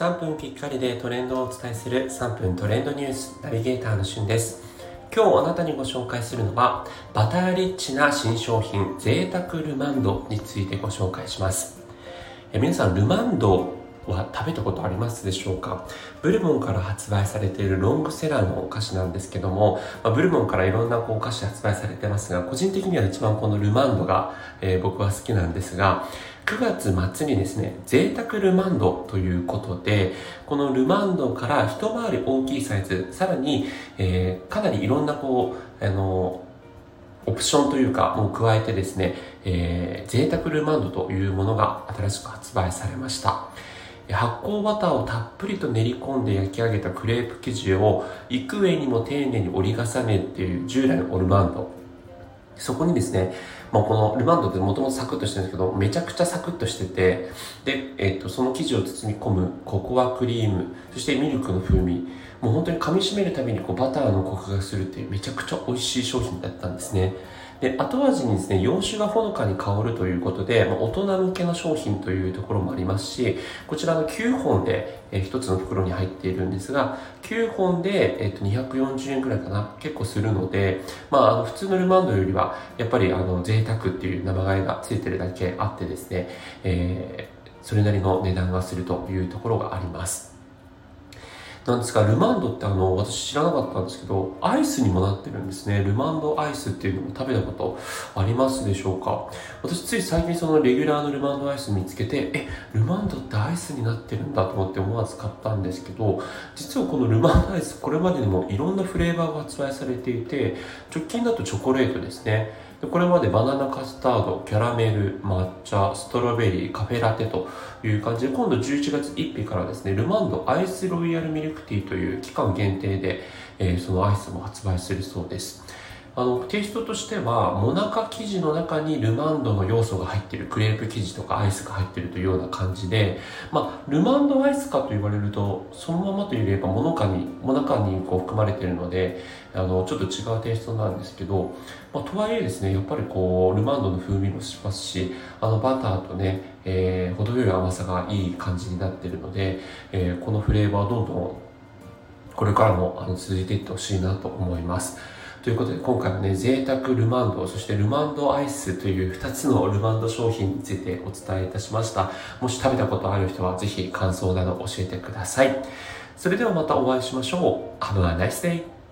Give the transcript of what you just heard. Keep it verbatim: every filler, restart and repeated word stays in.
さんぷんきっかりでトレンドをお伝えするさんぷんトレンドニュースナビゲーターのしゅんです。今日あなたにご紹介するのはバターリッチな新商品贅沢ルマンドについてご紹介します。え皆さん、ルマンドは食べたことありますでしょうか。ブルボンから発売されているロングセラーのお菓子なんですけども、まあ、ブルボンからいろんなこうお菓子発売されてますが、個人的には一番このルマンドが、えー、僕は好きなんですが、くがつ末にですね、贅沢ルマンドということで、このルマンドから一回り大きいサイズ、さらに、えー、かなりいろんなこうあのオプションというかもう加えてですね、えー、贅沢ルマンドというものが新しく発売されました。発酵バターをたっぷりと練り込んで焼き上げたクレープ生地を幾重にも丁寧に折り重ねっていう従来のルマンド、そこにですね、まあ、このルマンドってもともとサクッとしてるんですけど、めちゃくちゃサクッとしてて、で、えっと、その生地を包み込むココアクリーム、そしてミルクの風味、もう本当に噛み締めるたびにこうバターのコクがするっていうめちゃくちゃ美味しい商品だったんですね。で、後味にですね、洋酒がほのかに香るということで、まあ、大人向けの商品というところもありますし、こちらのきゅうほんで、えー、ひとつの袋に入っているんですが、きゅうほんで、えー、とにひゃくよんじゅうえんくらいかな、結構するので、まあ、あの普通のルマンドよりはやっぱりあの贅沢っていう名前がついてるだけあってですね、えー、それなりの値段がするというところがあります。なんですが、ルマンドってあの私知らなかったんですけど、アイスにもなってるんですね。ルマンドアイスっていうのも食べたことありますでしょうか。私つい最近そのレギュラーのルマンドアイス見つけて、えルマンドってアイスになってるんだと思って思わず買ったんですけど、実はこのルマンドアイス、これまでにもいろんなフレーバーが発売されていて、直近だとチョコレートですね。これまでバナナカスタード、キャラメル、抹茶、ストロベリー、カフェラテという感じで、今度じゅういちがつついたちからですね、ルマンドアイスロイヤルミルクティーという期間限定で、えー、そのアイスも発売するそうです。あのテイストとしてはモナカ生地の中にルマンドの要素が入っている、クレープ生地とかアイスが入っているというような感じで、まあ、ルマンドアイスかと言われるとそのままというよりやっぱモナカにモナカにこう含まれているので、あのちょっと違うテイストなんですけど、まあ、とはいえですね、やっぱりこうルマンドの風味もしますし、あのバターとね、えー、程よい甘さがいい感じになっているので、えー、このフレーバーどんどんこれからもあの続いていってほしいなと思います。ということで今回はね、贅沢ルマンド、そしてルマンドアイスというふたつのルマンド商品についてお伝えいたしました。もし食べたことある人はぜひ感想など教えてください。それではまたお会いしましょう。Have a nice day!